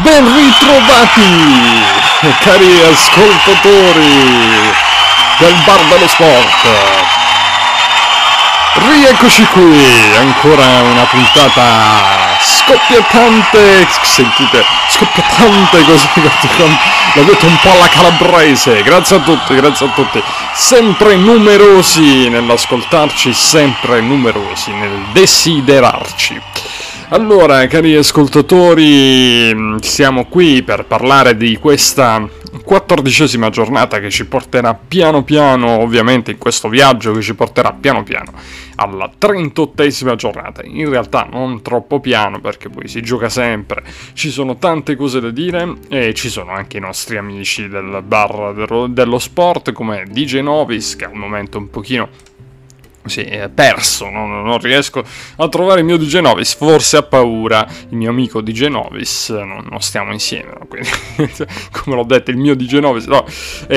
Ben ritrovati, cari ascoltatori del Bar dello Sport. Rieccoci qui, ancora una puntata scoppiettante, sentite, scoppiettante così, l'ho detto un po' alla calabrese. Grazie a tutti, sempre numerosi nell'ascoltarci, sempre numerosi nel desiderarci. Allora, cari ascoltatori, siamo qui per parlare di questa 14ª giornata che ci porterà piano piano, ovviamente in questo viaggio che ci porterà piano piano alla 38ª giornata. In realtà non troppo piano, perché poi si gioca sempre, ci sono tante cose da dire e ci sono anche i nostri amici del bar dello sport come DJ Novis, che al momento un pochino sì, è perso, non riesco a trovare il mio DJ Novis, forse ha paura il mio amico DJ Novis, non stiamo insieme, no? Quindi, come l'ho detto, il mio DJ Novis, no,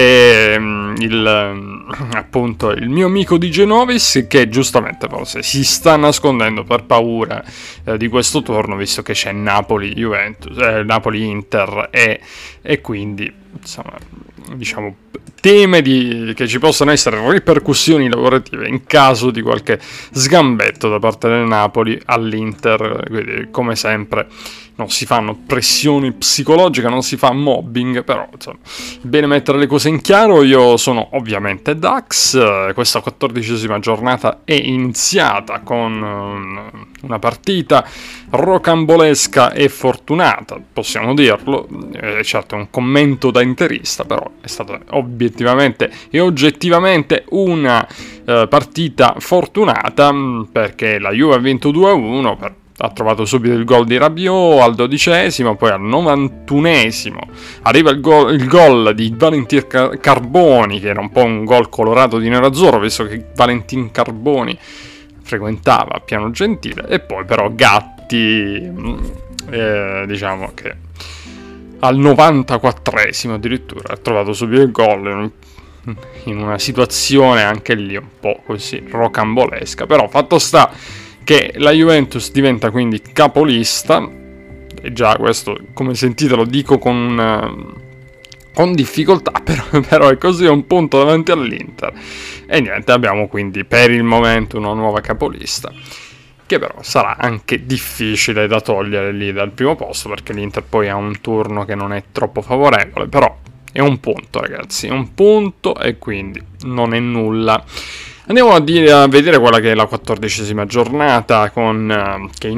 appunto il mio amico DJ Novis, che giustamente forse si sta nascondendo per paura di questo turno, visto che c'è Napoli-Juventus, Napoli-Inter e quindi, insomma, diciamo, teme che ci possano essere ripercussioni lavorative in caso di qualche sgambetto da parte del Napoli all'Inter. Quindi, come sempre, non si fanno pressioni psicologiche, non si fa mobbing, però insomma, è bene mettere le cose in chiaro. Io sono ovviamente Dax, questa 14ª giornata è iniziata con una partita rocambolesca e fortunata, possiamo dirlo, certo è un commento da interista, però è stata obiettivamente e oggettivamente una partita fortunata, perché la Juve ha vinto 2-1, ha trovato subito il gol di Rabiot al 12esimo, poi al 91esimo arriva il gol di Valentin Carboni, che era un po' un gol colorato di nerazzurro, visto che Valentin Carboni frequentava Piano Gentile, e poi però Gatti, diciamo che al 94esimo addirittura ha trovato subito il gol in una situazione anche lì un po' così rocambolesca. Però fatto sta che la Juventus diventa quindi capolista, e già questo, come sentite, lo dico con difficoltà, però è così, un punto davanti all'Inter, e niente, abbiamo quindi per il momento una nuova capolista, che però sarà anche difficile da togliere lì dal primo posto, perché l'Inter poi ha un turno che non è troppo favorevole, però è un punto, ragazzi, è un punto, e quindi non è nulla. Andiamo a vedere quella che è la 14ª giornata, che è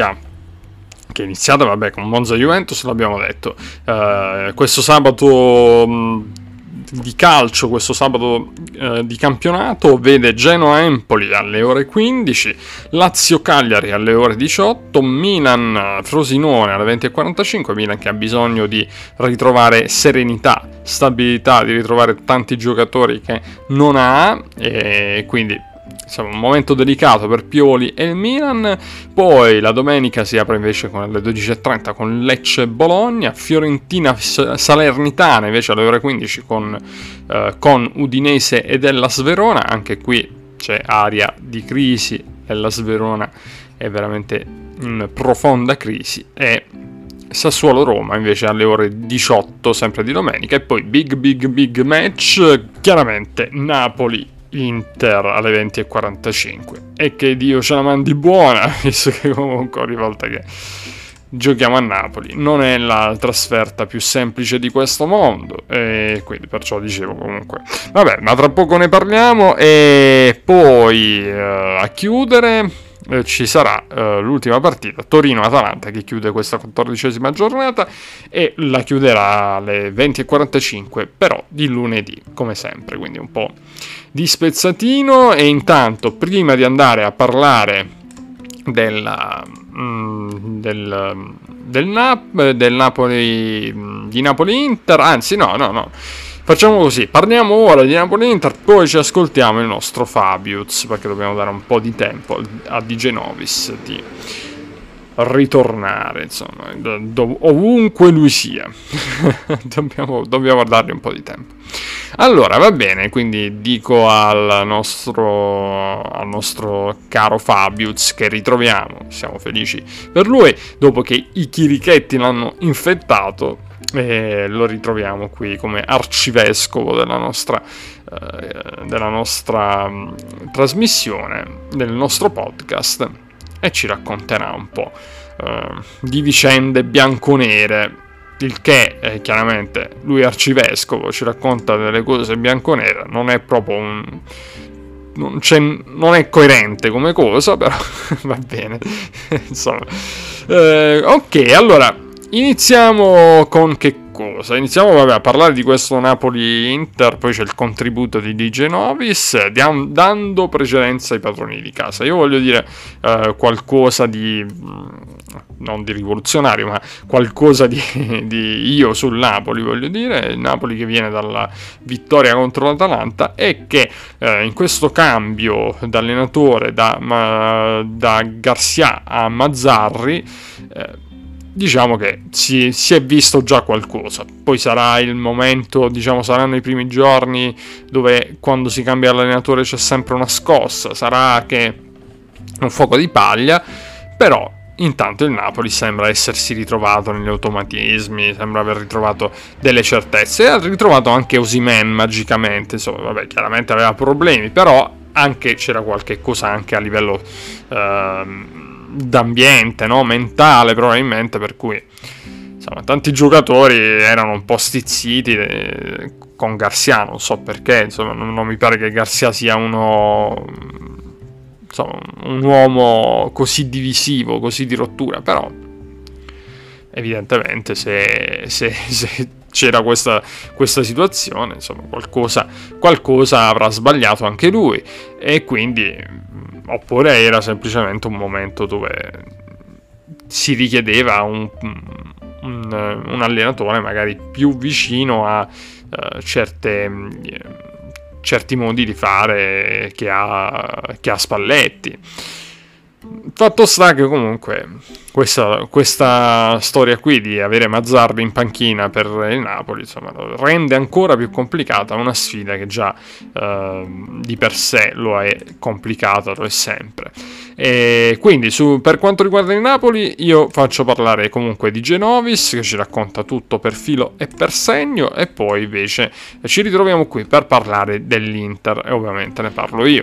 iniziata, vabbè, con Monza Juventus, l'abbiamo detto. Questo sabato di calcio, questo sabato di campionato, vede Genoa-Empoli alle ore 15, Lazio-Cagliari alle ore 18, Milan-Frosinone alle 20:45, Milan che ha bisogno di ritrovare serenità, stabilità, di ritrovare tanti giocatori che non ha, e quindi insomma un momento delicato per Pioli e il Milan. Poi la domenica si apre invece con le 12:30 con Lecce-Bologna, Fiorentina-Salernitana invece alle ore 15 con Udinese ed Hellas Verona. Anche qui c'è aria di crisi, Hellas Verona è veramente in profonda crisi, e Sassuolo-Roma invece alle ore 18 sempre di domenica. E poi big match, chiaramente Napoli-Inter alle 20:45, e che Dio ce la mandi buona, visto che comunque ogni volta che giochiamo a Napoli non è la trasferta più semplice di questo mondo, e quindi perciò dicevo, comunque vabbè, ma tra poco ne parliamo. E poi a chiudere ci sarà l'ultima partita, Torino-Atalanta, che chiude questa 14ª giornata, e la chiuderà alle 20:45 però di lunedì, come sempre, quindi un po' di spezzatino. E intanto, prima di andare a parlare del Napoli, di Napoli-Inter, anzi no, facciamo così, parliamo ora di Napoli-Inter, poi ci ascoltiamo il nostro Fabius, perché dobbiamo dare un po' di tempo a DJ Novis ritornare, insomma, ovunque lui sia. dobbiamo dargli un po' di tempo. Allora, va bene, quindi dico al nostro caro Fabius che ritroviamo, siamo felici per lui, dopo che i chirichetti l'hanno infettato, lo ritroviamo qui come arcivescovo della nostra trasmissione, del nostro podcast, e ci racconterà un po' di vicende bianconere. Il che, chiaramente, lui arcivescovo ci racconta delle cose bianconere, non è proprio non è coerente come cosa, però va bene. Insomma, ok, allora iniziamo con che cosa? Iniziamo a parlare di questo Napoli-Inter, poi c'è il contributo di De Genovis, dando precedenza ai padroni di casa. Io voglio dire qualcosa di, non di rivoluzionario, ma qualcosa di io sul Napoli, voglio dire, il Napoli che viene dalla vittoria contro l'Atalanta e che in questo cambio d'allenatore da Garcia a Mazzarri, diciamo che si è visto già qualcosa. Poi sarà il momento, diciamo, saranno i primi giorni dove quando si cambia allenatore c'è sempre una scossa, sarà che un fuoco di paglia, però intanto il Napoli sembra essersi ritrovato negli automatismi, sembra aver ritrovato delle certezze, e ha ritrovato anche Osimhen magicamente. Insomma, vabbè, chiaramente aveva problemi, però anche c'era qualche cosa anche a livello d'ambiente, no? Mentale probabilmente, per cui insomma tanti giocatori erano un po' stizziti con Garcia, non so perché, insomma non mi pare che Garcia sia un uomo così divisivo, così di rottura, però evidentemente se c'era questa situazione, insomma qualcosa avrà sbagliato anche lui, e quindi oppure era semplicemente un momento dove si richiedeva un allenatore magari più vicino a certi modi di fare che ha Spalletti. Fatto sta che comunque questa storia qui di avere Mazzarri in panchina per il Napoli, insomma, rende ancora più complicata una sfida che già di per sé lo è complicata, lo è sempre. E quindi per quanto riguarda il Napoli, io faccio parlare comunque di Genovis, che ci racconta tutto per filo e per segno, e poi invece ci ritroviamo qui per parlare dell'Inter, e ovviamente ne parlo io.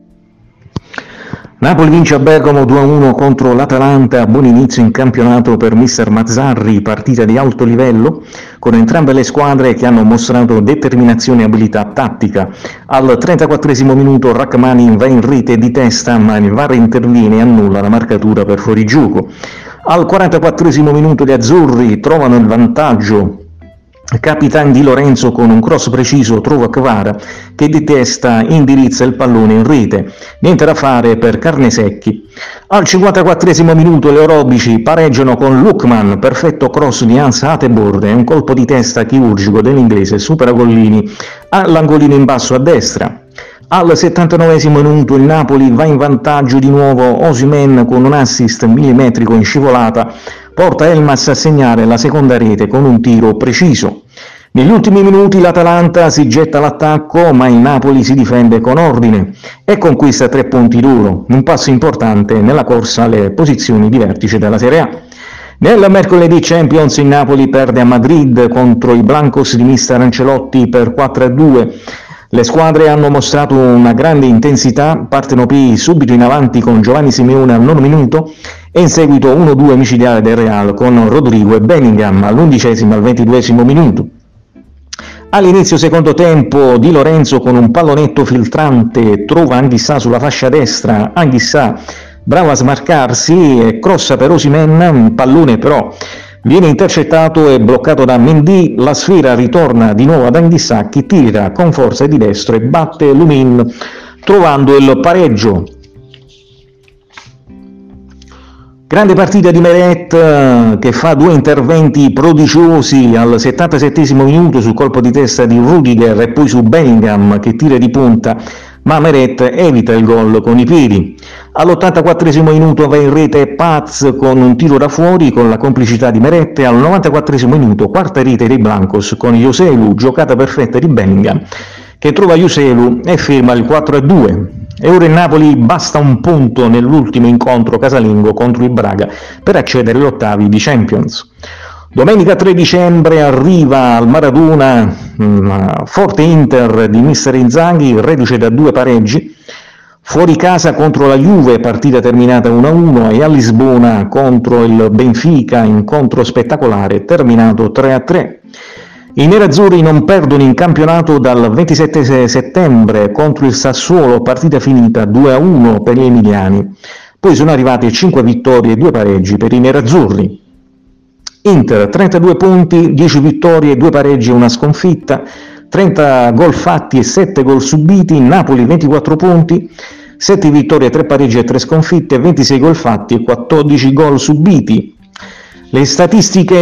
Napoli vince a Bergamo 2-1 contro l'Atalanta, buon inizio in campionato per mister Mazzarri, partita di alto livello, con entrambe le squadre che hanno mostrato determinazione e abilità tattica. Al 34esimo minuto Rachmani va in rete di testa, ma il VAR interviene e annulla la marcatura per fuorigioco. Al 44esimo minuto gli azzurri trovano il vantaggio. Capitan Di Lorenzo con un cross preciso trova Kvara che di testa indirizza il pallone in rete, niente da fare per Carnesecchi. Al 54esimo minuto le orobici pareggiano con Lookman, perfetto cross di Hans Hateboer e un colpo di testa chirurgico dell'inglese supera Gollini all'angolino in basso a destra. Al 79esimo minuto il Napoli va in vantaggio di nuovo, Osimhen con un assist millimetrico in scivolata porta Elmas a segnare la seconda rete con un tiro preciso. Negli ultimi minuti l'Atalanta si getta all'attacco, ma il Napoli si difende con ordine e conquista 3 punti d'oro, un passo importante nella corsa alle posizioni di vertice della Serie A. Nel mercoledì Champions il Napoli perde a Madrid contro i Blancos di mister Ancelotti per 4-2. Le squadre hanno mostrato una grande intensità, partono subito in avanti con Giovanni Simeone al 9 minuto e in seguito 1-2 micidiale del Real con Rodrigo e Bellingham all'11esimo e al 22esimo minuto. All'inizio secondo tempo Di Lorenzo con un pallonetto filtrante trova Anghissà sulla fascia destra, Anghissà bravo a smarcarsi e crossa per Osimhen, un pallone però viene intercettato e bloccato da Mendy, la sfera ritorna di nuovo ad Anghissà che tira con forza di destro e batte Lumin trovando il pareggio. Grande partita di Meret che fa 2 interventi prodigiosi al 77esimo minuto sul colpo di testa di Rudiger e poi su Bellingham che tira di punta ma Meret evita il gol con i piedi. All'84 minuto va in rete Paz con un tiro da fuori con la complicità di Meret e al 94 minuto quarta rete dei Blancos con Joselu, giocata perfetta di Bellingham, che trova Joselu e firma il 4-2. E ora il Napoli basta un punto nell'ultimo incontro casalingo contro il Braga per accedere agli ottavi di Champions. Domenica 3 dicembre arriva al Maradona forte Inter di mister Inzaghi, reduce da 2 pareggi, fuori casa contro la Juve, partita terminata 1-1, e a Lisbona contro il Benfica, incontro spettacolare, terminato 3-3. I nerazzurri non perdono in campionato dal 27 settembre contro il Sassuolo, partita finita 2-1 per gli emiliani. Poi sono arrivate 5 vittorie e 2 pareggi per i nerazzurri. Inter 32 punti, 10 vittorie, 2 pareggi e 1 sconfitta, 30 gol fatti e 7 gol subiti. Napoli 24 punti, 7 vittorie, 3 pareggi e 3 sconfitte, 26 gol fatti e 14 gol subiti. Le statistiche: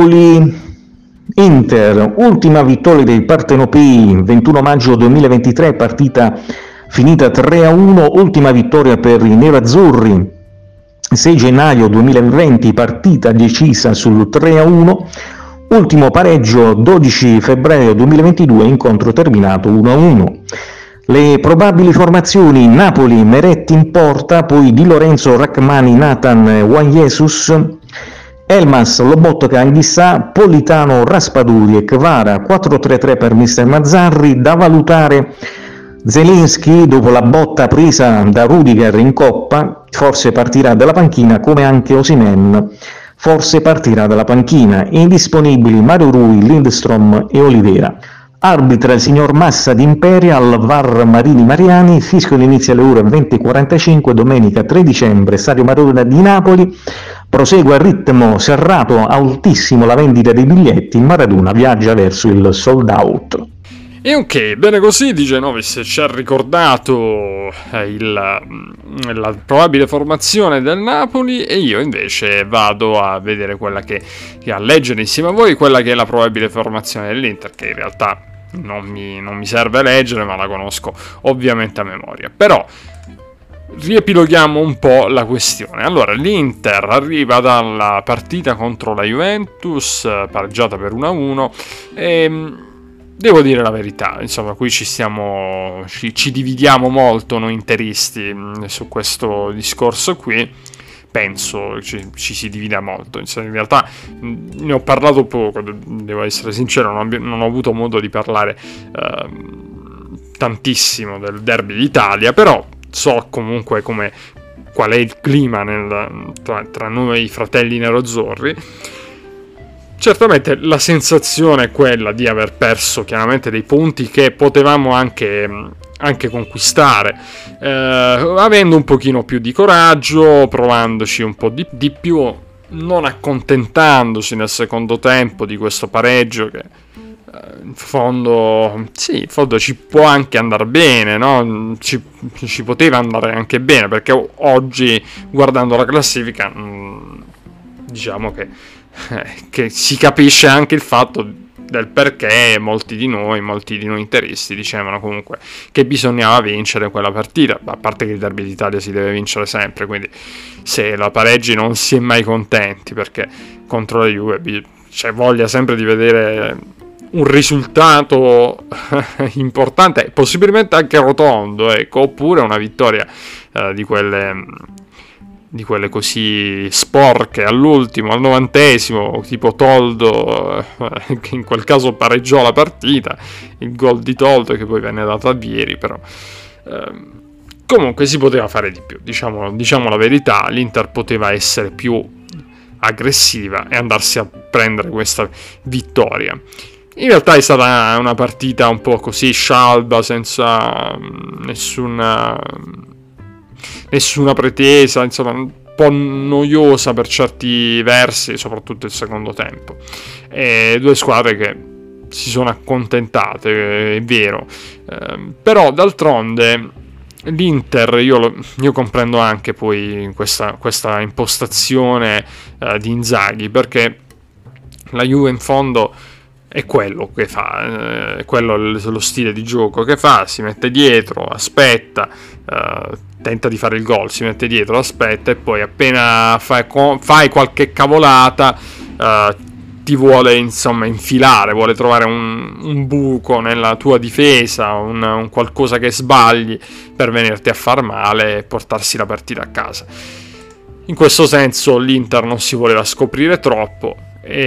Napoli-Inter, ultima vittoria dei partenopei, 21 maggio 2023, partita finita 3-1, ultima vittoria per i nerazzurri 6 gennaio 2020, partita decisa sul 3-1, ultimo pareggio 12 febbraio 2022, incontro terminato 1-1. Le probabili formazioni: Napoli, Meret in porta, poi Di Lorenzo, Rachmani, Nathan, Juan Jesus, Elmas, Lobotka, Anghissà, Politano, Raspaduri e Kvara. 4-3-3 per mister Mazzarri. Da valutare Zelinski dopo la botta presa da Rudiger in Coppa, forse partirà dalla panchina, come anche Osimhen forse partirà dalla panchina. Indisponibili Mario Rui, Lindstrom e Olivera. Arbitra il signor Massa di Imperial, VAR Marini Mariani. Fischio inizia alle ore 20:45, domenica 3 dicembre, Stadio Maradona di Napoli. Prosegue a ritmo serrato, altissimo la vendita dei biglietti. Maradona viaggia verso il sold out. E ok, bene così, Di Genovis ci ha ricordato la probabile formazione del Napoli, e io invece vado a vedere a leggere insieme a voi quella che è la probabile formazione dell'Inter, che in realtà non mi serve leggere, ma la conosco ovviamente a memoria. Però riepiloghiamo un po' la questione. Allora, l'Inter arriva dalla partita contro la Juventus, pareggiata per 1-1, e devo dire la verità, insomma, qui ci dividiamo molto noi interisti su questo discorso qui. Penso ci si divida molto. In realtà ne ho parlato poco, devo essere sincero, non ho avuto modo di parlare tantissimo del derby d'Italia, però so comunque qual è il clima tra noi fratelli neroazzurri. Certamente la sensazione è quella di aver perso chiaramente dei punti che potevamo anche conquistare, avendo un pochino più di coraggio, provandoci un po' di più, non accontentandosi nel secondo tempo di questo pareggio che in fondo ci può anche andare bene, no? Ci poteva andare anche bene, perché oggi, guardando la classifica, diciamo che si capisce anche il fatto del perché molti di noi interisti dicevano comunque che bisognava vincere quella partita, a parte che il derby d'Italia si deve vincere sempre, quindi se la pareggi non si è mai contenti, perché contro la Juve c'è voglia sempre di vedere un risultato importante, possibilmente anche rotondo, ecco, oppure una vittoria di quelle così sporche all'ultimo, al 90esimo, tipo Toldo, che in quel caso pareggiò la partita, il gol di Toldo che poi venne dato a Vieri, però comunque si poteva fare di più, diciamo la verità. L'Inter poteva essere più aggressiva e andarsi a prendere questa vittoria. In realtà è stata una partita un po' così scialba, senza nessuna pretesa, insomma, un po' noiosa per certi versi, soprattutto il secondo tempo. E due squadre che si sono accontentate, è vero, però d'altronde l'Inter, io comprendo anche poi questa impostazione di Inzaghi, perché la Juve in fondo è quello che fa, quello è lo stile di gioco che fa, si mette dietro, aspetta, tenta di fare il gol, si mette dietro, aspetta e poi appena fai qualche cavolata ti vuole insomma infilare, vuole trovare un buco nella tua difesa, un qualcosa che sbagli per venirti a far male e portarsi la partita a casa. In questo senso l'Inter non si voleva scoprire troppo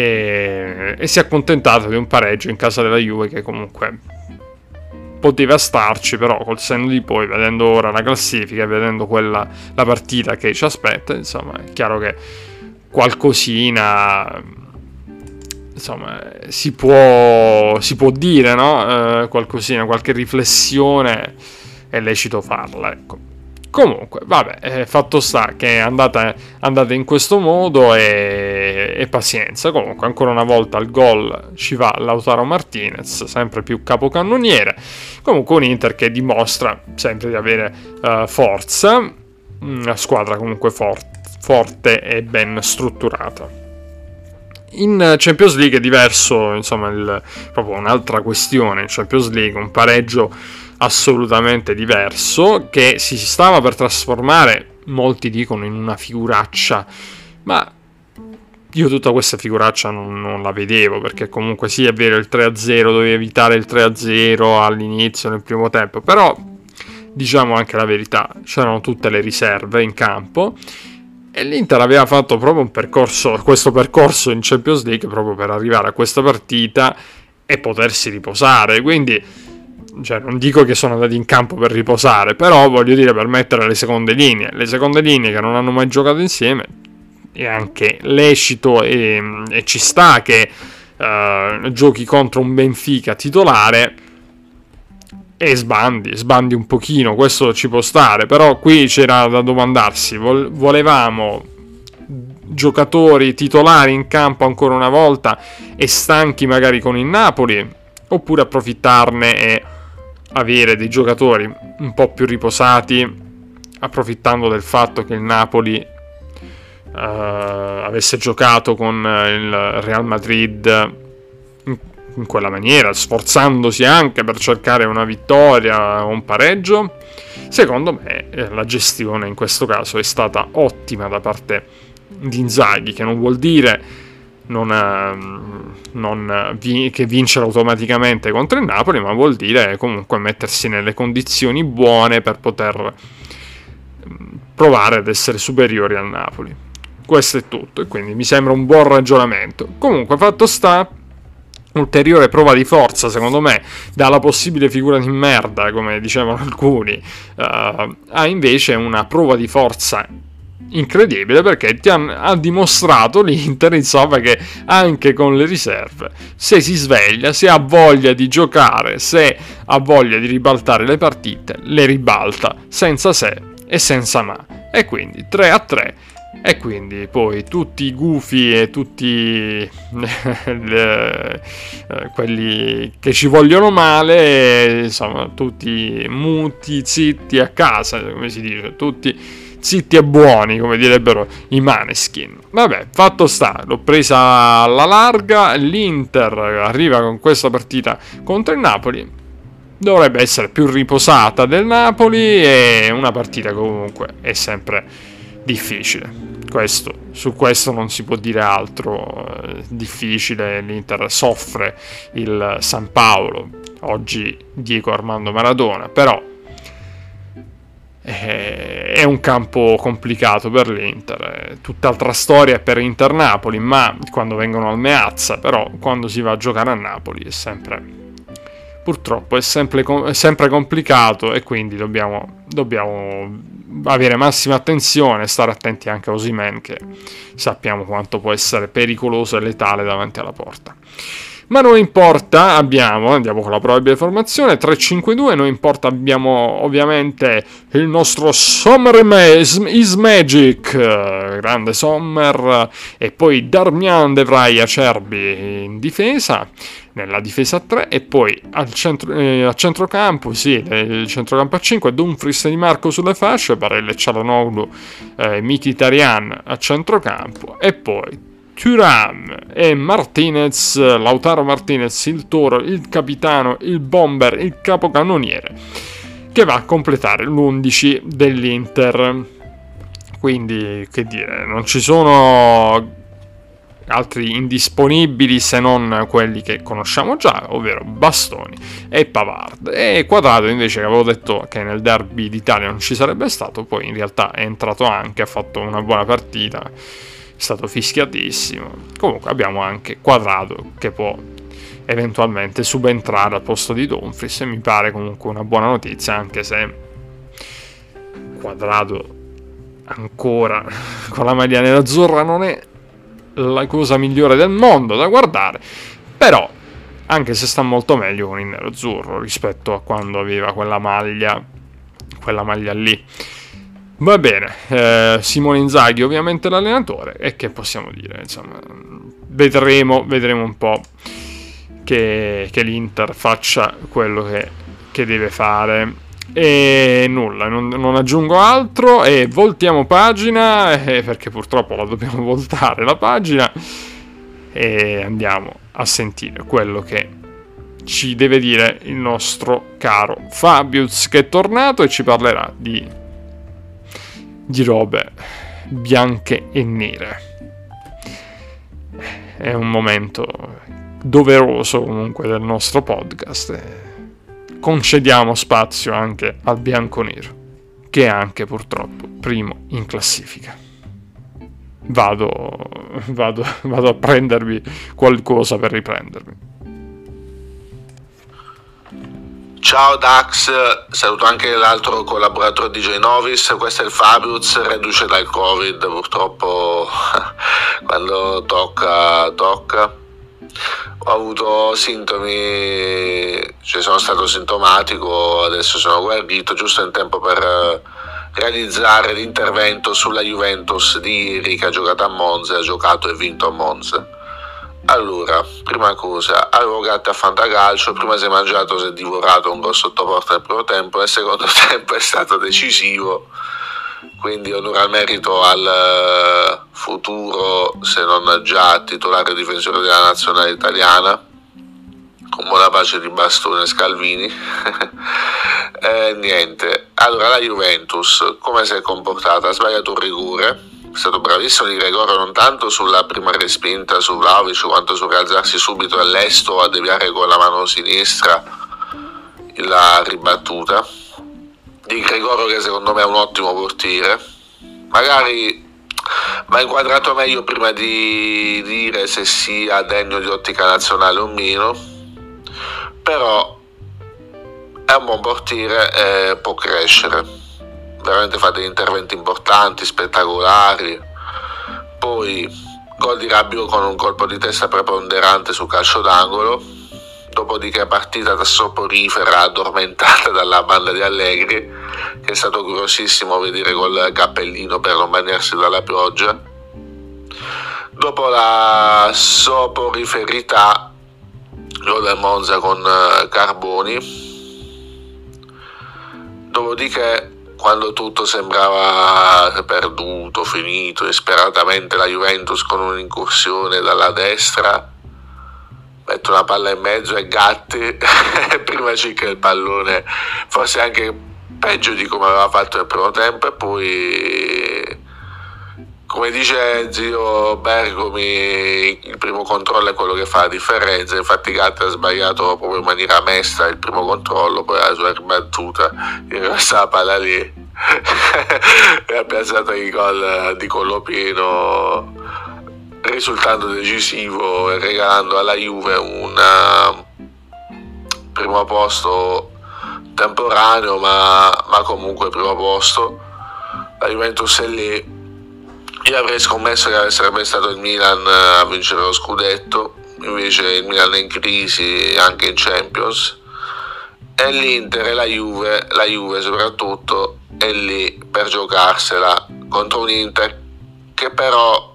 e si è accontentato di un pareggio in casa della Juve che comunque poteva starci, però col senno di poi, vedendo ora la classifica e vedendo la partita che ci aspetta, insomma è chiaro che qualcosina insomma si può dire, no? Qualcosina, qualche riflessione è lecito farla, ecco. Comunque, vabbè, fatto sta che è andata in questo modo e pazienza. Comunque, ancora una volta al gol ci va Lautaro Martinez, sempre più capocannoniere. Comunque un Inter che dimostra sempre di avere forza, una squadra comunque forte e ben strutturata. In Champions League è diverso, insomma, proprio un'altra questione. In Champions League un pareggio assolutamente diverso che si stava per trasformare, molti dicono, in una figuraccia, ma io tutta questa figuraccia non la vedevo, perché comunque sì, è vero, il 3-0, dovevi evitare il 3-0 all'inizio, nel primo tempo, però diciamo anche la verità, c'erano tutte le riserve in campo e l'Inter aveva fatto proprio questo percorso in Champions League proprio per arrivare a questa partita e potersi riposare, quindi cioè, non dico che sono andati in campo per riposare, però voglio dire per mettere le seconde linee che non hanno mai giocato insieme. È anche lecito e ci sta che giochi contro un Benfica titolare e sbandi un pochino, questo ci può stare, però qui c'era da domandarsi, volevamo giocatori titolari in campo ancora una volta e stanchi magari con il Napoli, oppure approfittarne e avere dei giocatori un po' più riposati, approfittando del fatto che il Napoli avesse giocato con il Real Madrid in quella maniera, sforzandosi anche per cercare una vittoria o un pareggio. Secondo me la gestione in questo caso è stata ottima da parte di Inzaghi, che non vuol dire che vincere automaticamente contro il Napoli, ma vuol dire comunque mettersi nelle condizioni buone per poter provare ad essere superiori al Napoli. Questo è tutto, e quindi mi sembra un buon ragionamento. Comunque, fatto sta, ulteriore prova di forza, secondo me, dalla possibile figura di merda, come dicevano alcuni, a invece una prova di forza incredibile, perché ha dimostrato l'Inter, insomma, che anche con le riserve, se si sveglia, se ha voglia di giocare, se ha voglia di ribaltare le partite, le ribalta senza se e senza ma, e quindi 3-3. E quindi poi tutti i gufi e tutti quelli che ci vogliono male, insomma, tutti muti, zitti a casa, come si dice, tutti zitti e buoni, come direbbero i Maneskin. Vabbè, fatto sta, l'ho presa alla larga. L'Inter arriva con questa partita contro il Napoli, dovrebbe essere più riposata del Napoli, e una partita comunque è sempre difficile. Su questo non si può dire altro. Difficile, l'Inter soffre il San Paolo, oggi Diego Armando Maradona, però è un campo complicato per l'Inter. Tutt'altra storia per Inter-Napoli, ma quando vengono al Meazza, però quando si va a giocare a Napoli è sempre, purtroppo è sempre complicato, e quindi dobbiamo avere massima attenzione, stare attenti anche a Osimhen, che sappiamo quanto può essere pericoloso e letale davanti alla porta. Ma non importa, andiamo con la probabile formazione, 3-5-2, non importa, abbiamo ovviamente il nostro Sommer is Magic, grande Sommer, e poi Darmian, De Vrij, Acerbi in difesa, nella difesa 3, e poi a centrocampo, sì, il centrocampo a 5, Dumfries e Di Marco sulle fasce, Barella e Çalhanoğlu, Mkhitaryan a centrocampo, e poi Thuram e Martinez, Lautaro Martinez, il toro, il capitano, il bomber, il capocannoniere, che va a completare l'11 dell'Inter. Quindi, che dire, non ci sono altri indisponibili se non quelli che conosciamo già, ovvero Bastoni e Pavard. E Quadrato invece, che avevo detto che nel derby d'Italia non ci sarebbe stato, poi in realtà è entrato anche, ha fatto una buona partita, è stato fischiatissimo. Comunque abbiamo anche Quadrato che può eventualmente subentrare al posto di Dumfries, e mi pare comunque una buona notizia, anche se Quadrato ancora con la maglia nerazzurra non è la cosa migliore del mondo da guardare, però anche se sta molto meglio con il nero-azzurro rispetto a quando aveva quella maglia lì. Va bene, Simone Inzaghi ovviamente l'allenatore, e che possiamo dire, insomma, vedremo un po' che l'Inter faccia quello che deve fare. E nulla, non aggiungo altro, e voltiamo pagina, perché purtroppo la dobbiamo voltare la pagina, e andiamo a sentire quello che ci deve dire il nostro caro Fabius, che è tornato e ci parlerà di robe bianche e nere. È un momento doveroso comunque del nostro podcast, concediamo spazio anche al bianconero, che è anche purtroppo primo in classifica. Vado a prendervi qualcosa per riprendermi. Ciao Dax, saluto anche l'altro collaboratore di Genovis, questo è il Fabius, reduce dal Covid, purtroppo quando tocca. Ho avuto sintomi, cioè sono stato sintomatico, adesso sono guarito, giusto in tempo per realizzare l'intervento sulla Juventus di ieri, che ha giocato a Monza, ha giocato e vinto a Monza. Allora, prima cosa, avevo Gatti a Fantacalcio, prima si è divorato un gol sotto porta nel primo tempo, nel secondo tempo è stato decisivo, quindi onore al merito al futuro, se non già titolare difensore della nazionale italiana, con buona pace di Bastoni e Scalvini. Niente, allora la Juventus come si è comportata? Ha sbagliato un rigore, è stato bravissimo di Gregorio, non tanto sulla prima respinta su Vlahovic quanto sul rialzarsi subito all'esto a deviare con la mano sinistra la ribattuta di Gregorio, che secondo me è un ottimo portiere. Magari va inquadrato meglio prima di dire se sia degno di ottica nazionale o meno, però è un buon portiere e può crescere, veramente fa degli interventi importanti, spettacolari. Poi gol di Rabiot con un colpo di testa preponderante su calcio d'angolo, dopodiché partita soporifera addormentata dalla banda di Allegri, che è stato curiosissimo vedere col cappellino per non bagnarsi dalla pioggia. Dopo la soporiferità, gol del Monza con Carboni. Dopodiché, quando tutto sembrava perduto, finito, disperatamente la Juventus con un'incursione dalla destra mette una palla in mezzo e Gatti prima cicca il pallone, forse anche peggio di come aveva fatto nel primo tempo, e poi, come dice zio Bergomi, il primo controllo è quello che fa la differenza. Infatti Gatti ha sbagliato proprio in maniera mesta il primo controllo, poi la sua ribattuta in questa palla lì e ha piazzato il gol di collo pieno, risultando decisivo e regalando alla Juve un primo posto temporaneo, ma comunque primo posto. La Juventus è lì. Io avrei scommesso che sarebbe stato il Milan a vincere lo scudetto, invece il Milan è in crisi anche in Champions, e l'Inter e la Juve soprattutto è lì per giocarsela contro un Inter che però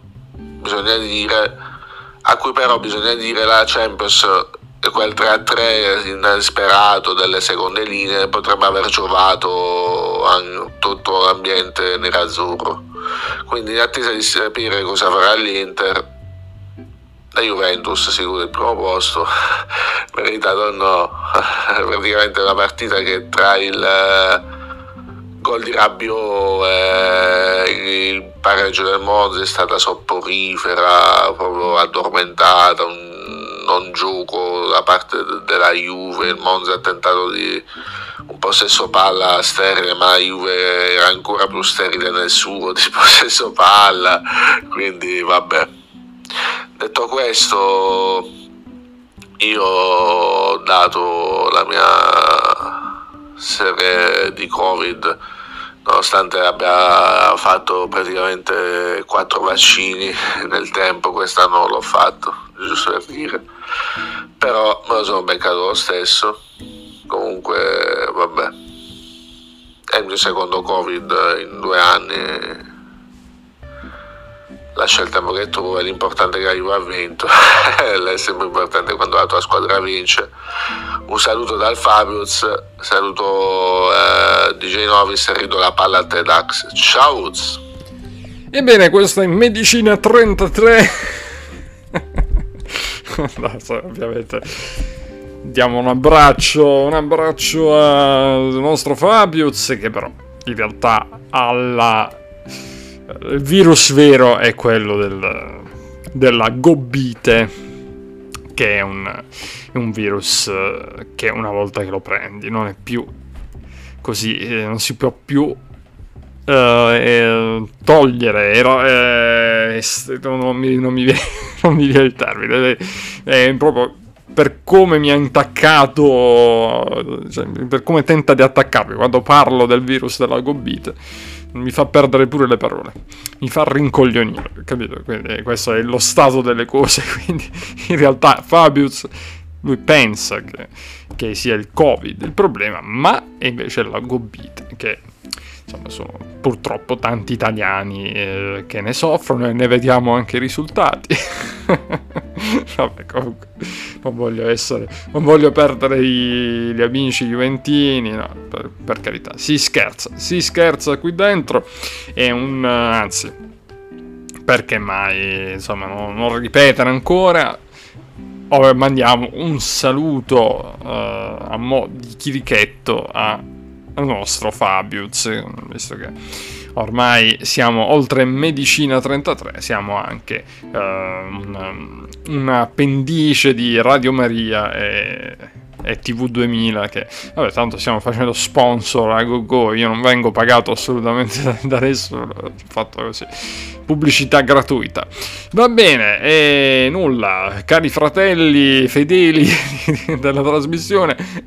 a cui però bisogna dire la Champions e quel 3-3 inesperato delle seconde linee potrebbe aver giovato a tutto l'ambiente nerazzurro. Quindi in attesa di capire cosa farà l'Inter, la Juventus sicuro il primo posto, meritato o no. Praticamente una partita che tra il gol di Rabiot e il pareggio del Monza è stata sopporifera, proprio addormentata, un non gioco da parte della Juve. Il Monza ha tentato di un possesso palla sterile, ma la Juve era ancora più sterile nel suo di possesso palla, quindi vabbè. Detto questo, io ho dato la mia serie di Covid, nonostante abbia fatto praticamente 4 vaccini nel tempo. Quest'anno non l'ho fatto, giusto per dire, però me lo sono beccato lo stesso. Comunque vabbè, è il mio secondo Covid in 2 anni. Lascia il tempo che trovo, l'importante è che la Juve ha vinto. È sempre importante quando la tua squadra vince. Un saluto dal Fabius, saluto DJ Novis e ridò la palla a te Dax. Ciao. Ebbene, questa è Medicina 33. No, ovviamente diamo un abbraccio al nostro Fabius, che però in realtà il virus vero è quello della gobbite, che è un virus che una volta che lo prendi non è più così, non si può più togliere, non mi viene il termine, è proprio per come mi ha intaccato, cioè, per come tenta di attaccarmi quando parlo del virus della gobbite. Mi fa perdere pure le parole, mi fa rincoglionire, capito? Quindi questo è lo stato delle cose. Quindi in realtà Fabius, lui pensa che sia il Covid il problema, ma è invece la gobbite, che insomma sono purtroppo tanti italiani che ne soffrono, e ne vediamo anche i risultati. Vabbè, comunque non voglio perdere gli amici juventini, no, per carità, si scherza qui dentro. È anzi, perché mai, insomma, non ripetere ancora. Mandiamo un saluto a mo' di chirichetto al nostro Fabius, visto che ormai siamo oltre Medicina 33, siamo anche un appendice di Radio Maria e TV 2000, che vabbè, tanto stiamo facendo sponsor a go, io non vengo pagato assolutamente da nessuno, ho fatto così, pubblicità gratuita. Va bene, e nulla, cari fratelli fedeli della trasmissione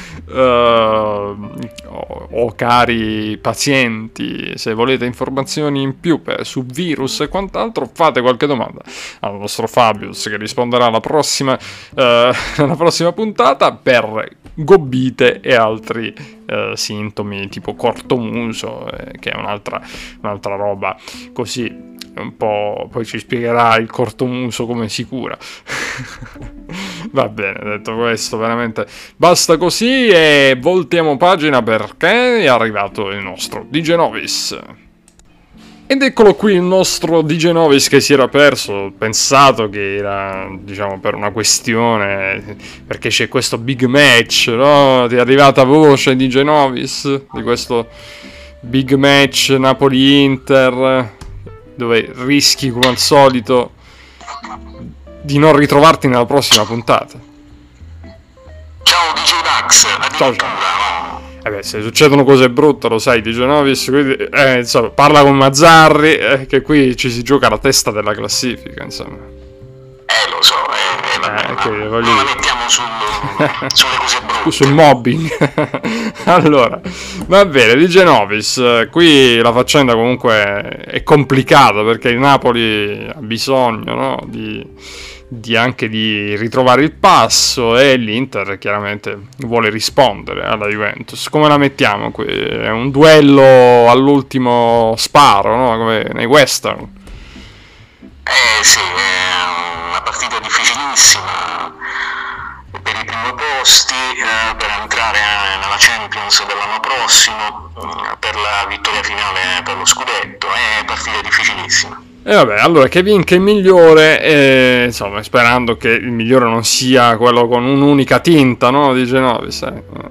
o cari pazienti, se volete informazioni in più su virus e quant'altro, fate qualche domanda al nostro Fabius, che risponderà alla prossima puntata, per gobbite e altri sintomi tipo cortomuso, che è un'altra roba così un po'. Poi ci spiegherà il cortomuso come si cura. Va bene, detto questo, veramente basta così e voltiamo pagina, perché è arrivato il nostro DJ Novis. Ed eccolo qui il nostro DJ Novis, che si era perso, pensato che era, diciamo, per una questione, perché c'è questo big match, no? Ti è arrivata voce, DJ Novis, di questo big match Napoli-Inter, dove rischi, come al solito, di non ritrovarti nella prossima puntata. Ciao DJ Dax, Ciao. Se succedono cose brutte, lo sai, DJ Novis, quindi, insomma, parla con Mazzarri, che qui ci si gioca la testa della classifica, insomma. Lo so, che non la mettiamo sulle cose brutte. Sul mobbing. Allora, va bene, DJ Novis, qui la faccenda comunque è complicata, perché il Napoli ha bisogno, no, anche di ritrovare il passo, e l'Inter chiaramente vuole rispondere alla Juventus. Come la mettiamo qui? È un duello all'ultimo sparo, no? Come nei western. Sì, è una partita difficilissima per i primi posti, per entrare nella Champions dell'anno prossimo, per la vittoria finale per lo scudetto. È partita difficilissima. E vabbè, allora che vinca il migliore, insomma, sperando che il migliore non sia quello con un'unica tinta, no? Di Genovis.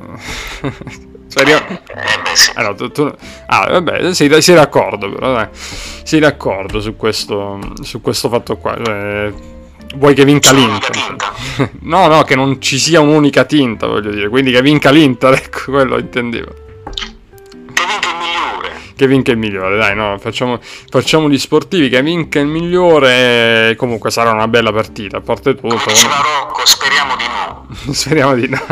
No, vabbè, sei d'accordo, però dai. Sei d'accordo su questo fatto qua. Vuoi che vinca l'Inter? No, che non ci sia un'unica tinta, voglio dire. Quindi che vinca l'Inter, ecco, quello intendevo. Che vinca il migliore, dai, no, facciamo gli sportivi, che vinca il migliore, comunque sarà una bella partita, a parte tutto. Come diceva Rocco, speriamo di no. Speriamo di no.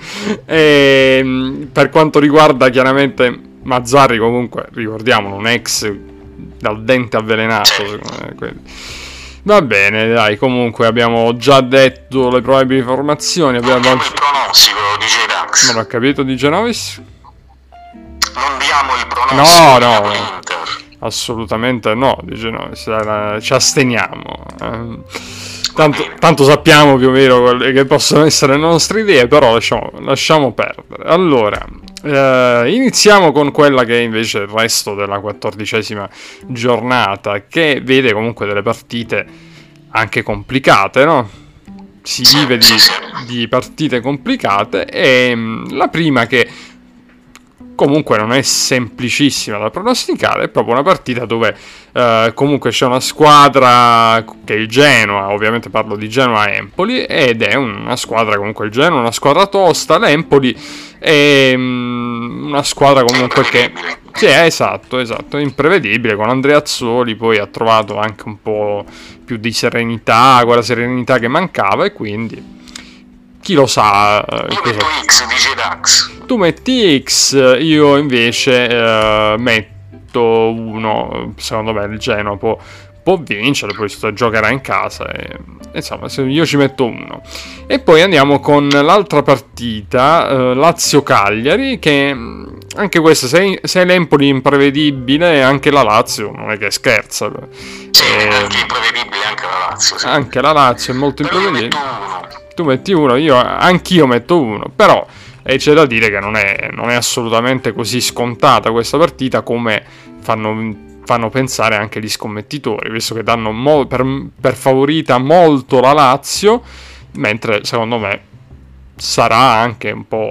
E, per quanto riguarda chiaramente Mazzarri, comunque, ricordiamolo, un ex dal dente avvelenato, secondo me, va bene, dai, comunque abbiamo già detto le probabili formazioni, abbiamo il pronostico di J-Dax. Non ho capito, di Genovis? Non diamo il pronostico no, l'Inter. Assolutamente no, dice no, ci asteniamo. Tanto sappiamo più o meno quelle che possono essere le nostre idee, però lasciamo perdere. Allora, iniziamo con quella che è invece il resto della 14ª giornata, che vede comunque delle partite anche complicate, no? Si vive di partite complicate, e la prima, che comunque non è semplicissima da pronosticare, è proprio una partita dove comunque c'è una squadra che è il Genoa, ovviamente parlo di Genoa-Empoli, ed è una squadra, comunque il Genoa è una squadra tosta, l'Empoli è una squadra comunque che... Sì, esatto, imprevedibile, con Andreazzoli poi ha trovato anche un po' più di serenità, quella serenità che mancava, e quindi... Chi lo sa? Io metto X, dice Dax. Tu metti X, io invece metto 1. Secondo me il Genoa può vincere, poi giocherà in casa, e insomma io ci metto 1. E poi andiamo con l'altra partita, Lazio-Cagliari, che anche questa, se l'Empoli imprevedibile, anche la Lazio non è che scherza. Sì, è anche imprevedibile anche la Lazio. Sì. Anche la Lazio è molto imprevedibile. Tu metti 1, anch'io metto 1, però c'è da dire che non è assolutamente così scontata questa partita, come fanno pensare anche gli scommettitori, visto che danno per favorita molto la Lazio, mentre secondo me sarà anche un po'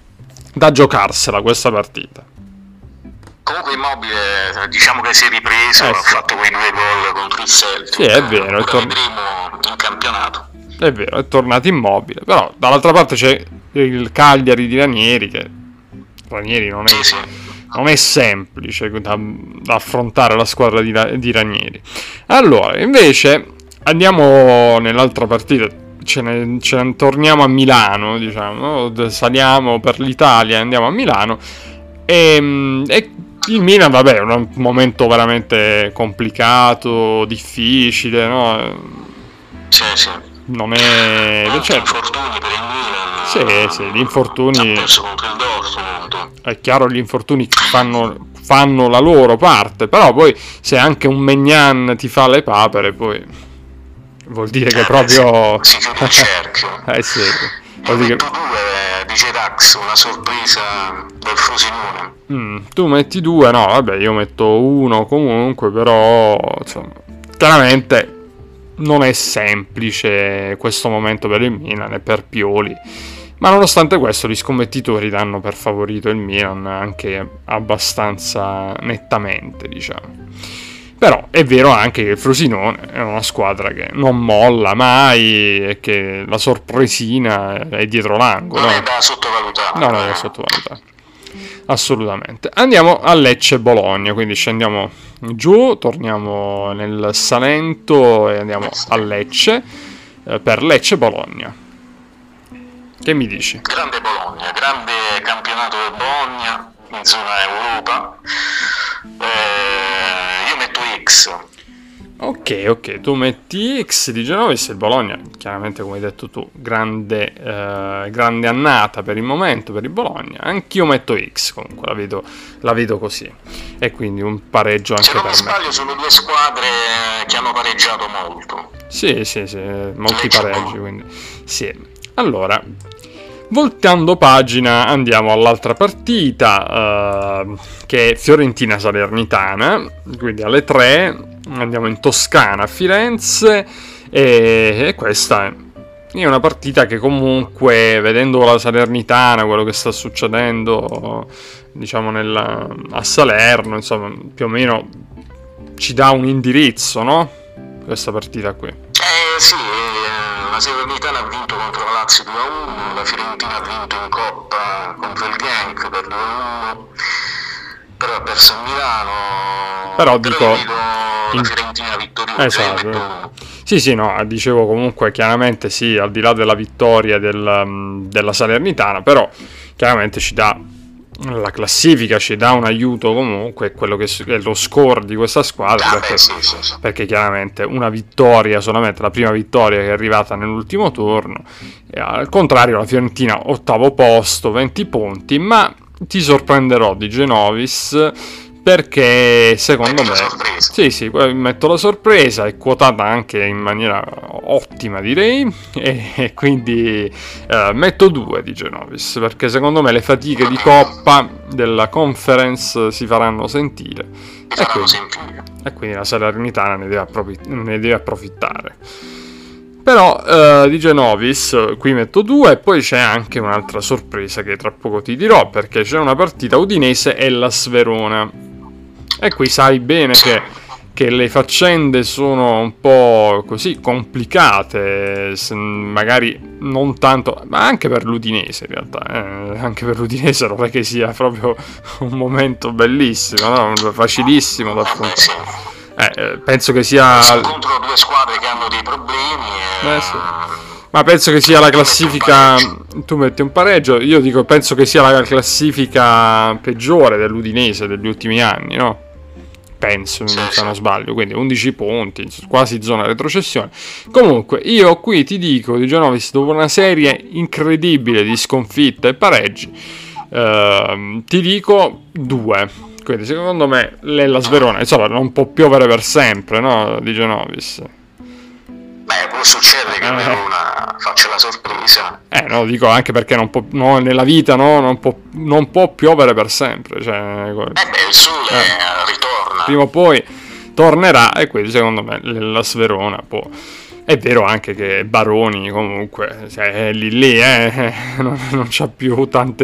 da giocarsela questa partita. Comunque Immobile, diciamo che si è ripreso, ha fatto quei 2 gol contro il Celtic. Sì, è vero, vedremo in campionato. È vero, è tornato Immobile, però dall'altra parte c'è il Cagliari di Ranieri, che Ranieri non è semplice da affrontare la squadra di Ranieri. Allora, invece andiamo nell'altra partita, torniamo a Milano, diciamo, saliamo per l'Italia e andiamo a Milano, e il Milan, vabbè, è un momento veramente complicato, difficile, no? Sì. Non è... Gli infortuni per il Milan. Sì, gli infortuni... Ha perso contro il Dortmund. È chiaro, gli infortuni fanno la loro parte, però poi se anche un Maignan ti fa le papere, poi vuol dire che proprio... Si chiude il cerchio. Sì. Io metto 2, dice Dax, una sorpresa del Frosinone. Tu metti 2, no, vabbè, io metto 1 comunque, però, insomma, chiaramente... Non è semplice questo momento per il Milan e per Pioli, ma nonostante questo gli scommettitori danno per favorito il Milan anche abbastanza nettamente, diciamo. Però è vero anche che il Frosinone è una squadra che non molla mai e che la sorpresina è dietro l'angolo. Non è da sottovalutare. No, non è da sottovalutare. Assolutamente. Andiamo a Lecce-Bologna, quindi scendiamo giù, torniamo nel Salento e andiamo a Lecce per Lecce-Bologna. Che mi dici? Grande Bologna, grande campionato del Bologna in zona Europa. Io metto X. Ok, tu metti X di Genovis, il Bologna, chiaramente come hai detto tu, grande annata per il momento per il Bologna. Anch'io metto X, comunque la vedo così, e quindi un pareggio anche per me. Se non sbaglio sono 2 squadre che hanno pareggiato molto. Sì, molti pareggi, quindi sì. Allora, voltando pagina, andiamo all'altra partita, che è Fiorentina-Salernitana, quindi alle 3. andiamo in Toscana, a Firenze, e questa è una partita che comunque, vedendo la Salernitana, quello che sta succedendo, diciamo, a Salerno, insomma, più o meno ci dà un indirizzo, no? Questa partita qui. Sì, la Salernitana ha vinto contro la Lazio 2-1, la Fiorentina ha vinto in Coppa contro il Genk per 2-1, però ha perso a Milano. Però dico, la Fiorentina vittoriosa. Esatto. Sì, no, dicevo comunque, chiaramente sì, al di là della vittoria della Salernitana, però chiaramente ci dà la classifica, ci dà un aiuto comunque, quello che è lo score di questa squadra, perché chiaramente una vittoria, solamente la prima vittoria che è arrivata nell'ultimo turno, e al contrario la Fiorentina 8° posto, 20 punti, ma ti sorprenderò di Genovis, perché secondo me sì, metto la sorpresa, è quotata anche in maniera ottima, direi, e quindi metto 2 di Genovis, perché secondo me le fatiche di Coppa della Conference si faranno sentire, e quindi la Salernitana ne deve approfittare. Però di Genovis qui metto 2, e poi c'è anche un'altra sorpresa che tra poco ti dirò, perché c'è una partita Udinese e Hellas Verona. E qui sai bene che le faccende sono un po' così complicate, magari non tanto, ma anche per l'Udinese in realtà, anche per l'Udinese non è che sia proprio un momento bellissimo, no? Facilissimo da affrontare. Penso che sia contro due squadre che hanno dei problemi. Sì. Ma penso che sia la classifica. Tu metti un pareggio, io dico penso che sia la classifica peggiore dell'Udinese degli ultimi anni, no? Penso, se non sbaglio, quindi 11 punti, quasi zona retrocessione. Comunque, io qui ti dico di Genovis, dopo una serie incredibile di sconfitte e pareggi, ti dico 2. Quindi secondo me l'Hellas Verona, insomma, non può piovere per sempre, no? Di Genovis. Beh, può succedere che Verona faccia la sorpresa. No, dico anche perché non può, no, nella vita non può piovere per sempre. Cioè, il sole ritorna. Prima o poi tornerà, e quindi secondo me l'Hellas Verona può. È vero anche che Baroni comunque è lì, non c'ha più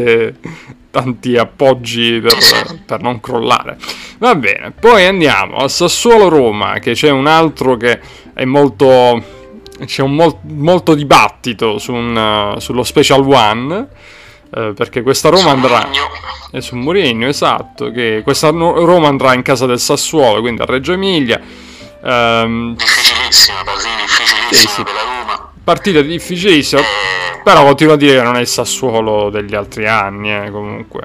tanti appoggi per non crollare. Va bene, poi andiamo a Sassuolo-Roma, che c'è un altro che è molto. C'è molto dibattito sullo Special One, perché questa Roma andrà su Mourinho, esatto, che questa Roma andrà in casa del Sassuolo, quindi a Reggio Emilia. Difficilissima per la Roma. Partita difficilissima, però continuo a dire che non è il Sassuolo degli altri anni, comunque.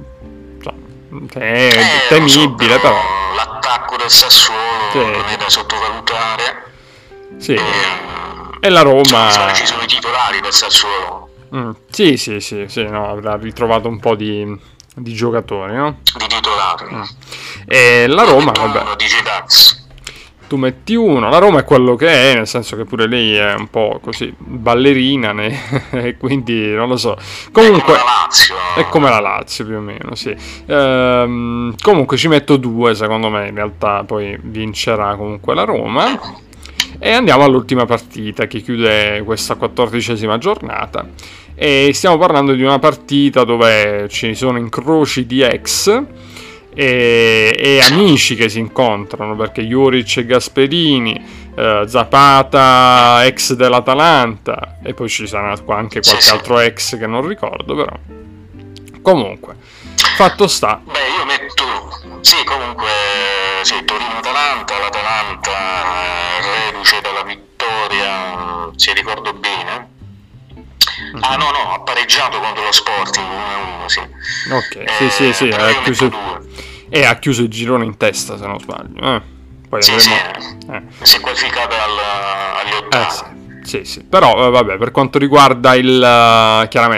È temibile, però. L'attacco del Sassuolo non è da sottovalutare. Sì. E la Roma. Ci sono i titolari del Sassuolo. Sì, no, avrà ritrovato un po' di giocatori, no? Di titolari. E la Roma, vabbè. Tu metti 1, la Roma è quello che è, nel senso che pure lei è un po' così ballerina, e quindi non lo so. Comunque è come la Lazio più o meno, sì. Comunque ci metto 2, secondo me in realtà poi vincerà comunque la Roma. E andiamo all'ultima partita che chiude questa 14ª giornata, e stiamo parlando di una partita dove ci sono incroci di ex e amici che si incontrano, perché Juric e Gasperini, Zapata ex dell'Atalanta, e poi ci sarà anche qualche altro ex che non ricordo, però comunque fatto sta. Beh, io metto comunque Torino-Atalanta, l'Atalanta reduce dalla vittoria, se ricordo bene. No, ha pareggiato contro lo Sporting 1-1, sì. Ok, sì, ha chiuso il girone in testa, se non sbaglio. Poi si è qualificata agli ottavi. Sì, però vabbè, per quanto riguarda chiaramente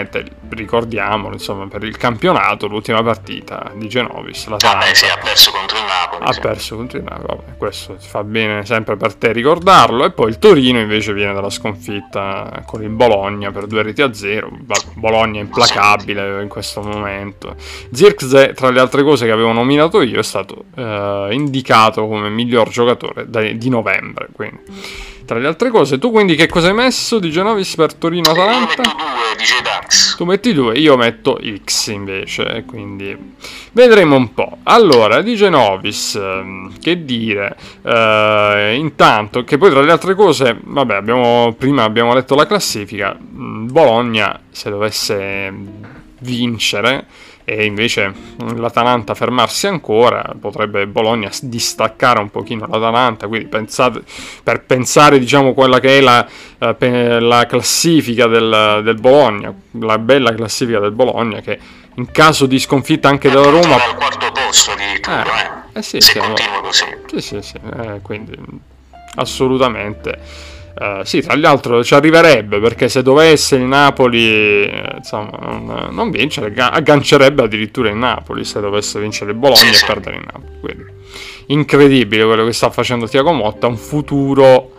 ricordiamolo, insomma, per il campionato, l'ultima partita di Genovis, ha perso contro il Napoli. Ha perso contro il Napoli, vabbè, questo fa bene sempre per te ricordarlo. E poi il Torino invece viene dalla sconfitta con il Bologna per 2-0. Bologna implacabile in questo momento. Zirkzee, tra le altre cose che avevo nominato io, è stato indicato come miglior giocatore di novembre, quindi tra le altre cose. Tu quindi che cosa hai messo di Genovis per Torino-Atalanta? Io metto 2 di J-Dax. Tu metti 2, io metto X invece, quindi vedremo un po'. Allora, di Genovis, che dire, intanto, che poi tra le altre cose, vabbè, prima abbiamo letto la classifica, Bologna, se dovesse vincere, e invece l'Atalanta fermarsi ancora, potrebbe Bologna distaccare un pochino l'Atalanta, quindi per pensare, diciamo, quella che è la classifica del Bologna, la bella classifica del Bologna, che in caso di sconfitta anche della Roma al quarto posto addirittura, sì, se continua così. Sì, quindi assolutamente. Sì, tra l'altro ci arriverebbe, perché se dovesse il Napoli insomma non vincere, aggancerebbe addirittura il Napoli se dovesse vincere il Bologna e perdere il Napoli. Quindi incredibile quello che sta facendo Thiago Motta, un futuro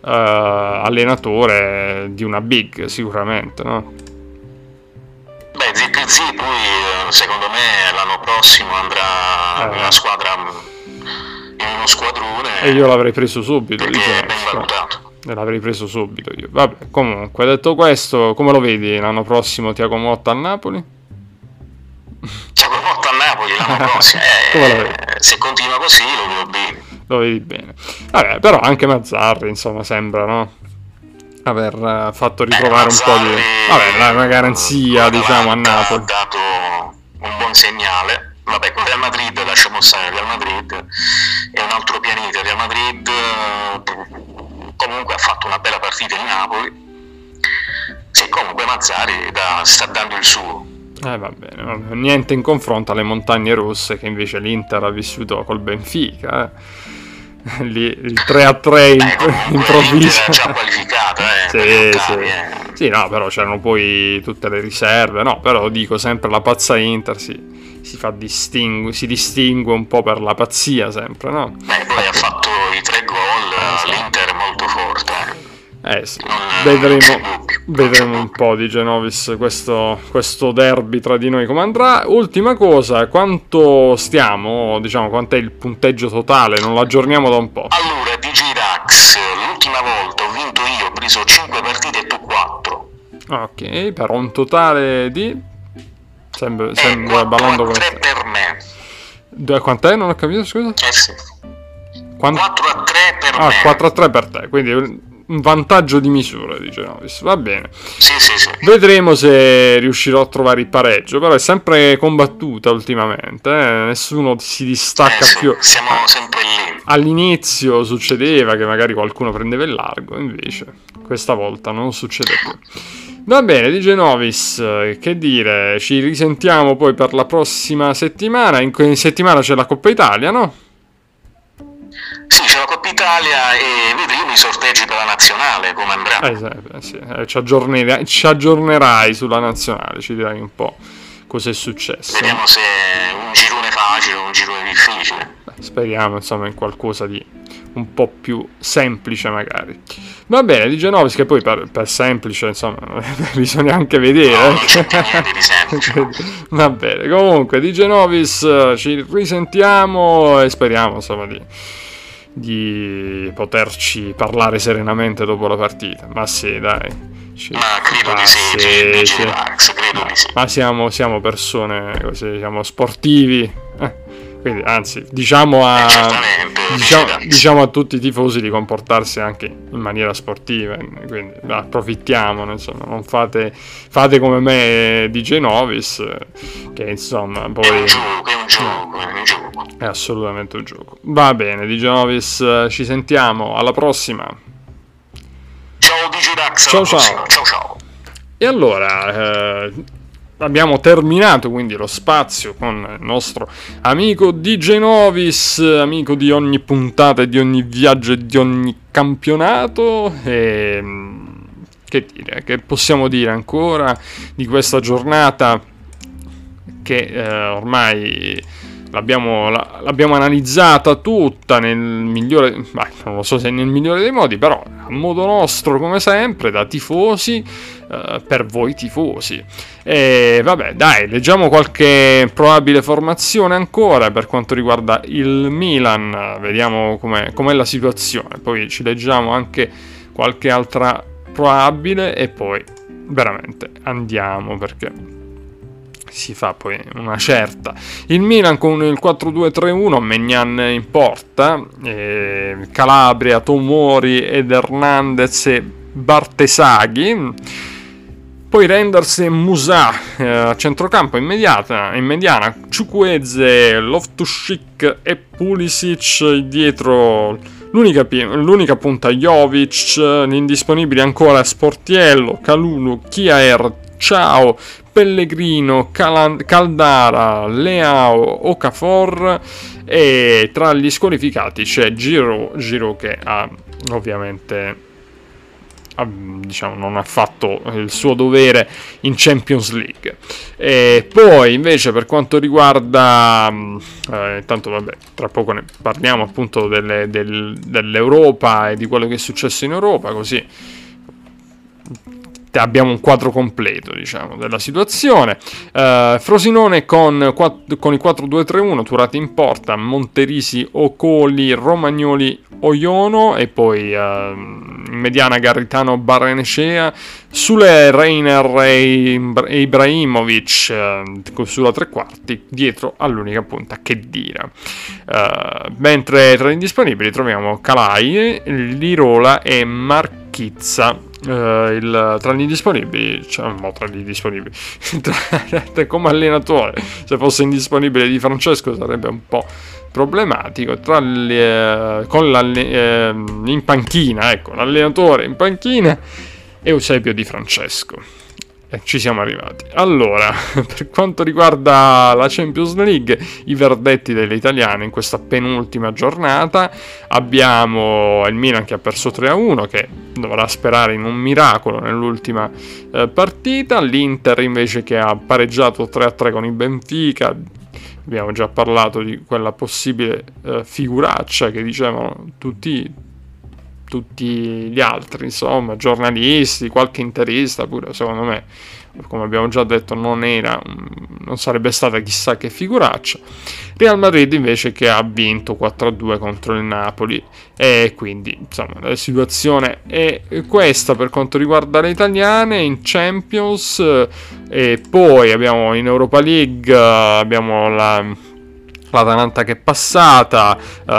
allenatore di una big sicuramente, no? Beh, Zirkzee poi secondo me l'anno prossimo andrà nella squadra, in uno squadrone, e io l'avrei preso subito, perché è ben valutato. L'avrei preso subito io. Vabbè, comunque, detto questo, come lo vedi l'anno prossimo Thiago Motta al Napoli? Thiago Motta al Napoli l'anno prossimo? Come lo vedi? Se continua così lo vedo bene. Lo vedi bene. Vabbè, però anche Mazzarri, insomma, sembra, no? Aver fatto ritrovare un po' di... Vabbè, una garanzia, diciamo, a Napoli. Ha dato un buon segnale. Vabbè, con Real Madrid, lasciamo stare Real Madrid, è un altro pianeta. Real Madrid comunque ha fatto una bella partita in Napoli. Sì, comunque Mazzarri sta dando il suo. Va bene, niente in confronto alle montagne rosse che invece l'Inter ha vissuto col Benfica. Lì il 3-3 improvviso. Era già qualificata, Sì, no, però c'erano poi tutte le riserve, no, però dico sempre la pazza Inter si distingue un po' per la pazzia sempre, no? Poi ha fatto i 3 gol, l'Inter è molto forte. Sì. Vedremo un po' di Genovis questo derby tra di noi come andrà. Ultima cosa, quanto stiamo, diciamo, quant'è il punteggio totale? Non lo aggiorniamo da un po'. Allora, di J-Dax, l'ultima volta ho vinto io, ho preso 5 partite e tu 4. Ok, per un totale di... Sembra ballando come... 4-3 per me. Quant'è? Non ho capito, scusa? Sì. 4-3 per me. 4-3 per te, quindi un vantaggio di misura di Genovis, va bene. Sì. Vedremo se riuscirò a trovare il pareggio, però è sempre combattuta ultimamente, nessuno si distacca più. Siamo sempre lì. All'inizio succedeva che magari qualcuno prendeva il largo, invece questa volta non succede più. Va bene, di Genovis, che dire, ci risentiamo poi per la prossima settimana. In settimana c'è la Coppa Italia, no? Sì, c'è la Coppa Italia e vedremo i sorteggi per la nazionale, come andrà. Sì. Ci aggiornerai sulla nazionale, ci dirai un po' cosa è successo. Vediamo se è un girone facile o un girone difficile. Speriamo, insomma, in qualcosa di un po' più semplice magari. Va bene, di Genovis, che poi per semplice, insomma, bisogna anche vedere. No, non c'è niente di semplice. Va bene, comunque, di Genovis ci risentiamo e speriamo, insomma, di poterci parlare serenamente dopo la partita. Ma sì, dai. Credo di sì. Credo di sì. Ma siamo persone così, siamo sportivi. Quindi, anzi, diciamo a tutti i tifosi di comportarsi anche in maniera sportiva, quindi approfittiamone, insomma, non fate come me di Genovis, che insomma poi è un gioco. È assolutamente un gioco. Va bene, di Genovis, ci sentiamo, alla prossima. Ciao Digidax, ciao. E allora abbiamo terminato quindi lo spazio con il nostro amico di Genovis, amico di ogni puntata e di ogni viaggio e di ogni campionato, e che dire, che possiamo dire ancora di questa giornata che ormai l'abbiamo analizzata tutta nel migliore, non lo so se nel migliore dei modi, però a modo nostro come sempre, da tifosi, per voi tifosi. E vabbè, dai, leggiamo qualche probabile formazione ancora per quanto riguarda il Milan, vediamo com'è la situazione, poi ci leggiamo anche qualche altra probabile e poi veramente andiamo, perché si fa poi una certa. Il Milan con il 4-2-3-1, Maignan in porta, Calabria, Tomori ed Hernandez e Bartesaghi, poi Renders e Musà a centrocampo in mediana, Chukwueze, Loftus-Cheek e Pulisic dietro. L'unica punta Jovic, l'indisponibile ancora Sportiello, Kalulu, Kjaer, Ciao, Pellegrino, Caldara, Leao, Okafor, e tra gli squalificati c'è Giroud che ha ovviamente non ha fatto il suo dovere in Champions League. E poi invece per quanto riguarda intanto vabbè, tra poco ne parliamo appunto dell'Europa e di quello che è successo in Europa, così abbiamo un quadro completo, diciamo, della situazione. Frosinone con il 4-2-3-1, Turati in porta, Monterisi, Ocoli, Romagnoli, Oiono, e poi in mediana Garritano, Barrenecea, Sule, Reiner e Ibrahimovic sulla tre quarti, dietro all'unica punta Khedira. Mentre tra gli indisponibili troviamo Calai, Lirola e Marchizza. Tra gli indisponibili, come allenatore, se fosse indisponibile Di Francesco sarebbe un po' problematico. In panchina, ecco, l'allenatore in panchina è Eusebio Di Francesco. Ci siamo arrivati. Allora, per quanto riguarda la Champions League, i verdetti delle italiane in questa penultima giornata, abbiamo il Milan che ha perso 3-1, che dovrà sperare in un miracolo nell'ultima partita, l'Inter invece che ha pareggiato 3-3 con il Benfica. Abbiamo già parlato di quella possibile figuraccia che dicevano tutti gli altri, insomma, giornalisti, qualche interista pure, secondo me, come abbiamo già detto, non sarebbe stata chissà che figuraccia. Real Madrid invece che ha vinto 4-2 contro il Napoli, e quindi insomma la situazione è questa per quanto riguarda le italiane in Champions. E poi abbiamo in Europa League abbiamo l'Atalanta che è passata,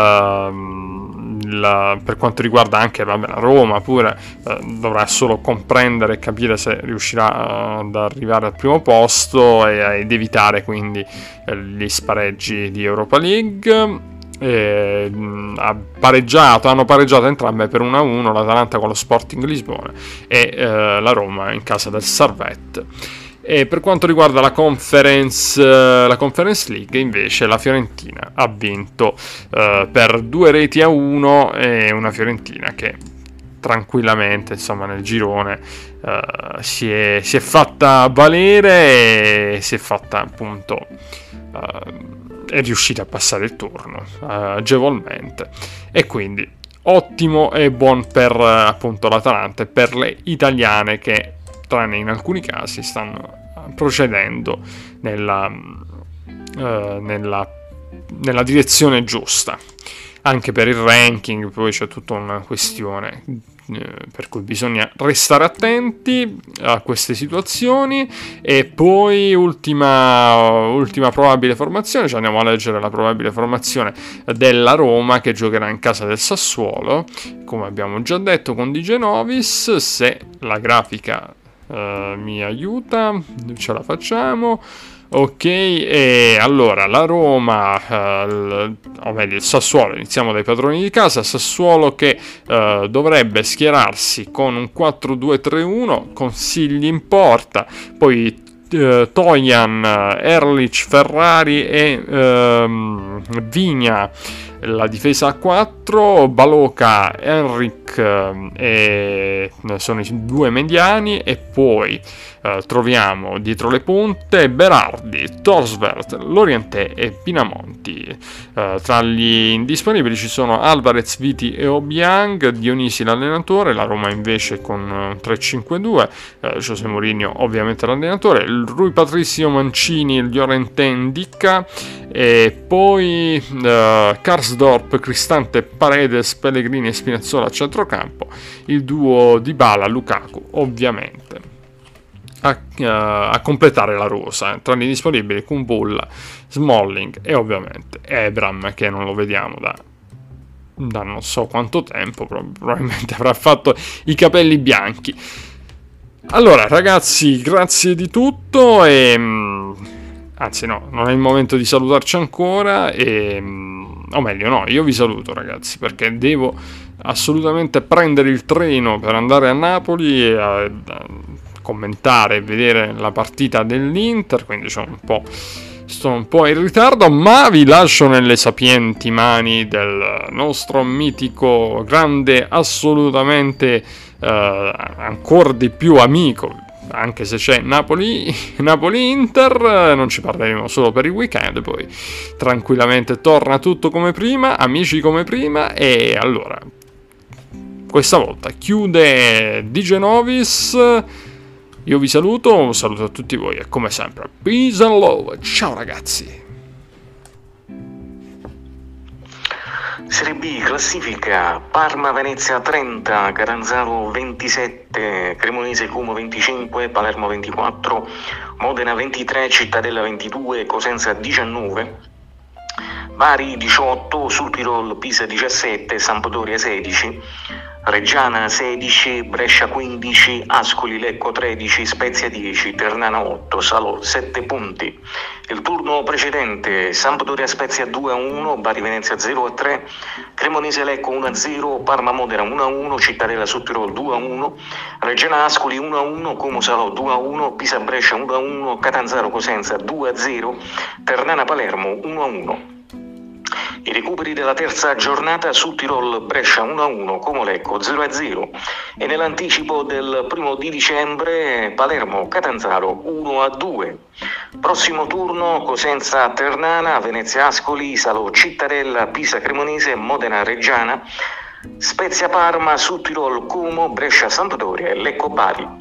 per quanto riguarda anche la Roma pure dovrà solo comprendere e capire se riuscirà ad arrivare al primo posto ed evitare quindi gli spareggi di Europa League. Hanno pareggiato entrambe per 1-1, l'Atalanta con lo Sporting Lisbona e la Roma in casa del Servette. E per quanto riguarda la Conference League invece la Fiorentina ha vinto per 2-1, e una Fiorentina che tranquillamente, insomma, nel girone si è fatta valere e si è fatta appunto è riuscita a passare il turno agevolmente, e quindi ottimo e buon per appunto l'Atalanta e per le italiane che, tranne in alcuni casi, stanno procedendo nella direzione giusta. Anche per il ranking poi c'è tutta una questione per cui bisogna restare attenti a queste situazioni. E poi ultima probabile formazione, cioè andiamo a leggere la probabile formazione della Roma che giocherà in casa del Sassuolo, come abbiamo già detto, con Di Genovis. Se la grafica mi aiuta, ce la facciamo. Ok, e allora la Roma, o meglio il Sassuolo, iniziamo dai padroni di casa. Sassuolo che dovrebbe schierarsi con un 4-2-3-1, Consigli in porta, poi Tojan, Erlich, Ferrari e Vigna La difesa a 4, Baloca, Henrik sono i due mediani, e poi troviamo dietro le punte Berardi, Torsvert, Lorientè e Pinamonti. Tra gli indisponibili ci sono Alvarez, Viti e Obiang, Dionisi l'allenatore, la Roma invece con 3-5-2, José Mourinho ovviamente l'allenatore, Rui Patricio Mancini, Llorentè Indica, e poi Karsdorp, Cristante, Paredes, Pellegrini e Spinazzola a centrocampo, il duo Dybala, Lukaku ovviamente a completare la rosa. Tra gli disponibili Kumbulla, Smalling e ovviamente Ebram, che non lo vediamo da non so quanto tempo, probabilmente avrà fatto i capelli bianchi. Allora ragazzi, grazie di tutto, e anzi no, non è il momento di salutarci ancora, o meglio no, io vi saluto ragazzi, perché devo assolutamente prendere il treno per andare a Napoli e a commentare e vedere la partita dell'Inter, quindi sto un po' in ritardo, ma vi lascio nelle sapienti mani del nostro mitico, grande, assolutamente ancora di più amico, anche se c'è Napoli-Inter, non ci parleremo solo per il weekend, poi tranquillamente torna tutto come prima, amici come prima, e allora questa volta chiude Di Genovis. Io vi saluto a tutti voi e come sempre peace and love, ciao ragazzi. Serie B classifica: Parma, Venezia 30, Catanzaro 27, Cremonese Como 25, Palermo 24, Modena 23, Cittadella 22, Cosenza 19, Bari 18, Südtirol Pisa 17, Sampdoria 16, Reggiana 16, Brescia 15, Ascoli Lecco 13, Spezia 10, Ternana 8, Salò 7 punti. Il turno precedente: Sampdoria Spezia 2-1, Bari Venezia 0-3, Cremonese Lecco 1-0, Parma Modena 1-1, Cittadella Südtirol 2-1, Reggiana Ascoli 1-1, Como Salò 2-1, Pisa Brescia 1-1, Catanzaro Cosenza 2-0, Ternana Palermo 1-1. I recuperi della terza giornata: Südtirol Brescia 1-1, Como Lecco 0-0, e nell'anticipo del 1 di dicembre Palermo Catanzaro 1-2. Prossimo turno: Cosenza Ternana, Venezia Ascoli, Salò Cittadella, Pisa Cremonese, Modena Reggiana, Spezia Parma, Südtirol Como, Brescia Sampdoria e Lecco Bari.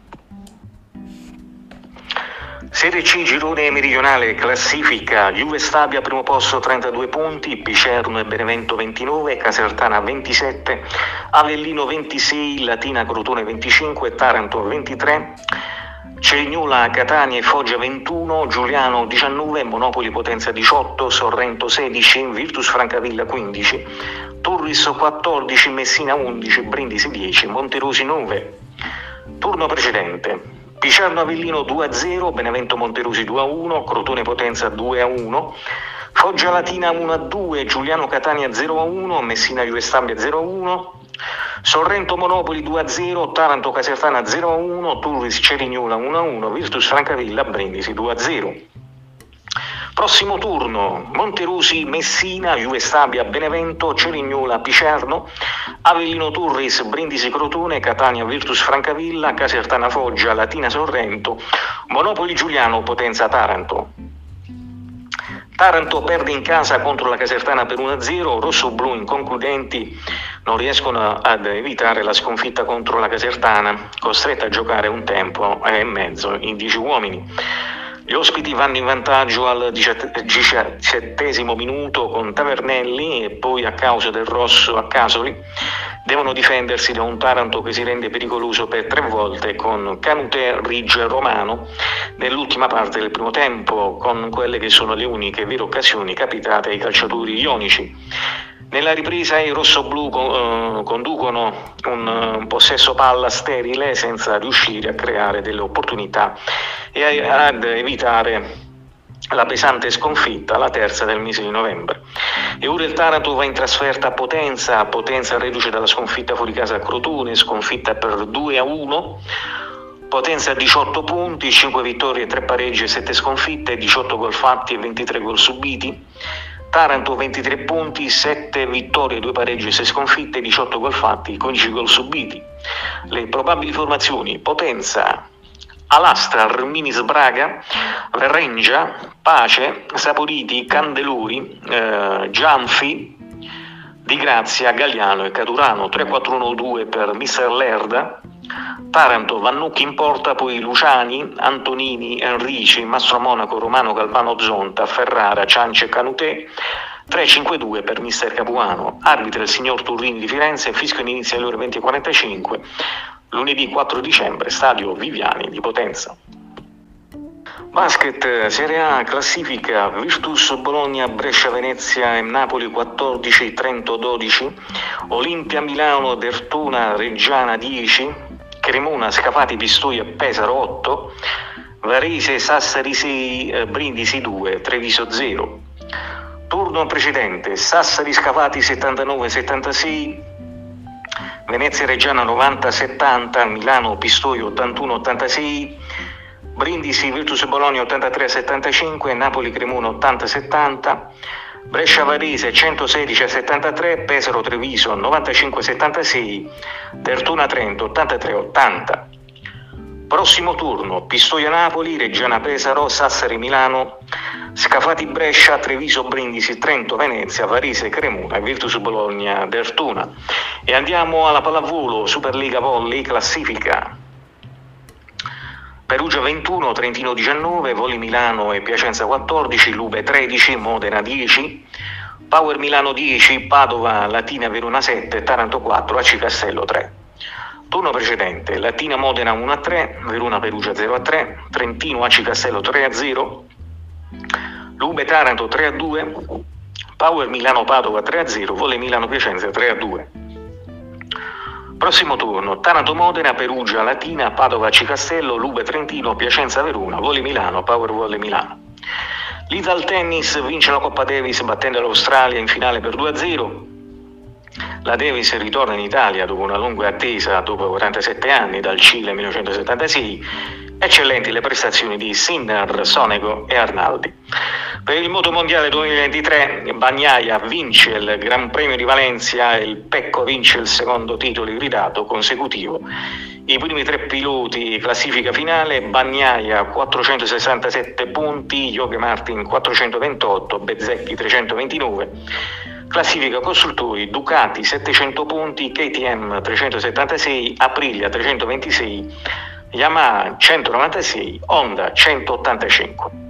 Serie C girone meridionale classifica: Juve Stabia primo posto 32 punti, Picerno e Benevento 29, Casertana 27, Avellino 26, Latina Crotone 25, Taranto 23, Cerignola, Catania e Foggia 21, Giuliano 19, Monopoli Potenza 18, Sorrento 16, Virtus Francavilla 15, Turris 14, Messina 11, Brindisi 10, Monterosi 9. Turno precedente: Picerno Avellino 2-0, Benevento Monterosi 2-1, Crotone Potenza 2-1, Foggia Latina 1-2, Giuliano Catania 0-1, Messina Juve Stabia 0-1, Sorrento Monopoli 2-0, Taranto Casertana 0-1, Turris Cerignola 1-1, Virtus Francavilla Brindisi 2-0. Prossimo turno: Monterosi Messina, Juve Stabia Benevento, Cerignola Picerno, Avellino Turris Brindisi Crotone, Catania Virtus Francavilla, Casertana Foggia, Latina Sorrento, Monopoli Giuliano Potenza Taranto. Taranto perde in casa contro la Casertana per 1-0, rossoblu inconcludenti non riescono ad evitare la sconfitta contro la Casertana, costretta a giocare un tempo e mezzo in 10 uomini. Gli ospiti vanno in vantaggio al 17° minuto con Tavernelli, e poi, a causa del rosso a Casoli, devono difendersi da un Taranto che si rende pericoloso per 3 volte con Canutè, Rigge e Romano nell'ultima parte del primo tempo, con quelle che sono le uniche vere occasioni capitate ai calciatori ionici. Nella ripresa i rossoblù conducono un possesso palla sterile senza riuscire a creare delle opportunità e ad evitare la pesante sconfitta, la terza del mese di novembre. E ora il Taranto va in trasferta a Potenza reduce dalla sconfitta fuori casa a Crotone, sconfitta per 2-1. Potenza 18 punti, 5 vittorie, 3 pareggi e 7 sconfitte, 18 gol fatti e 23 gol subiti. Taranto 23 punti, 7 vittorie, 2 pareggi, 6 sconfitte, 18 gol fatti, 15 gol subiti. Le probabili formazioni: Potenza, Alastra, Arminis Braga, Verrengia, Pace, Saporiti, Candeluri, Gianfi, Di Grazia, Galliano e Caturano. 3-4-1-2 per Mister Lerda. Taranto, Vannucchi in porta, poi Luciani, Antonini, Enrici, Mastro Monaco, Romano, Galvano, Zonta, Ferrara, Ciance e Canutè. 3-5-2 per Mister Capuano. Arbitra il signor Turrini di Firenze. Fischio inizia alle ore 20:45. Lunedì 4 dicembre, stadio Viviani di Potenza. Basket, Serie A, classifica: Virtus Bologna, Brescia, Venezia e Napoli 14, Trento 12, Olimpia, Milano, Dertona, Reggiana 10, Cremona, Scafati, Pistoia e Pesaro 8, Varese, Sassari 6, Brindisi 2, Treviso 0. Turno precedente: Sassari, Scafati 79-76, Venezia Reggiana 90-70, Milano Pistoia 81-86, Brindisi Virtus Bologna 83-75, Napoli Cremona 80-70, Brescia Varese 116-73, Pesaro Treviso 95-76, Dertona Trento 83-80. Prossimo turno: Pistoia Napoli, Reggiana Pesaro, Sassari Milano, Scafati Brescia, Treviso Brindisi, Trento Venezia, Varese Cremona, Virtus Bologna Dertona. E andiamo alla pallavolo, Superlega Volley, classifica: Perugia 21, Trentino 19, Voli Milano e Piacenza 14, Lube 13, Modena 10, Power Milano 10, Padova, Latina Verona 7, Taranto 4, Aci Castello 3. Turno precedente: Latina Modena 1-3, Verona Perugia 0-3, Trentino Aci Castello 3-0, Lube Taranto 3-2, Power Milano Padova 3-0, Vole Milano Piacenza 3-2. Prossimo turno: Taranto Modena, Perugia Latina, Padova Aci Castello, Lube Trentino, Piacenza Verona, Vole Milano, Power Vole Milano. L'Ital Tennis vince la Coppa Davis battendo l'Australia in finale per 2-0. La Davis ritorna in Italia dopo una lunga attesa, dopo 47 anni, dal Cile 1976. Eccellenti le prestazioni di Sinner, Sonego e Arnaldi. Per il Motomondiale 2023 Bagnaia vince il Gran Premio di Valencia e il Pecco vince il secondo titolo ibridato consecutivo. I primi 3 piloti classifica finale: Bagnaia 467 punti, Jorge Martin 428, Bezzecchi 329. Classifica costruttori: Ducati 700 punti, KTM 376, Aprilia 326, Yamaha 196, Honda 185.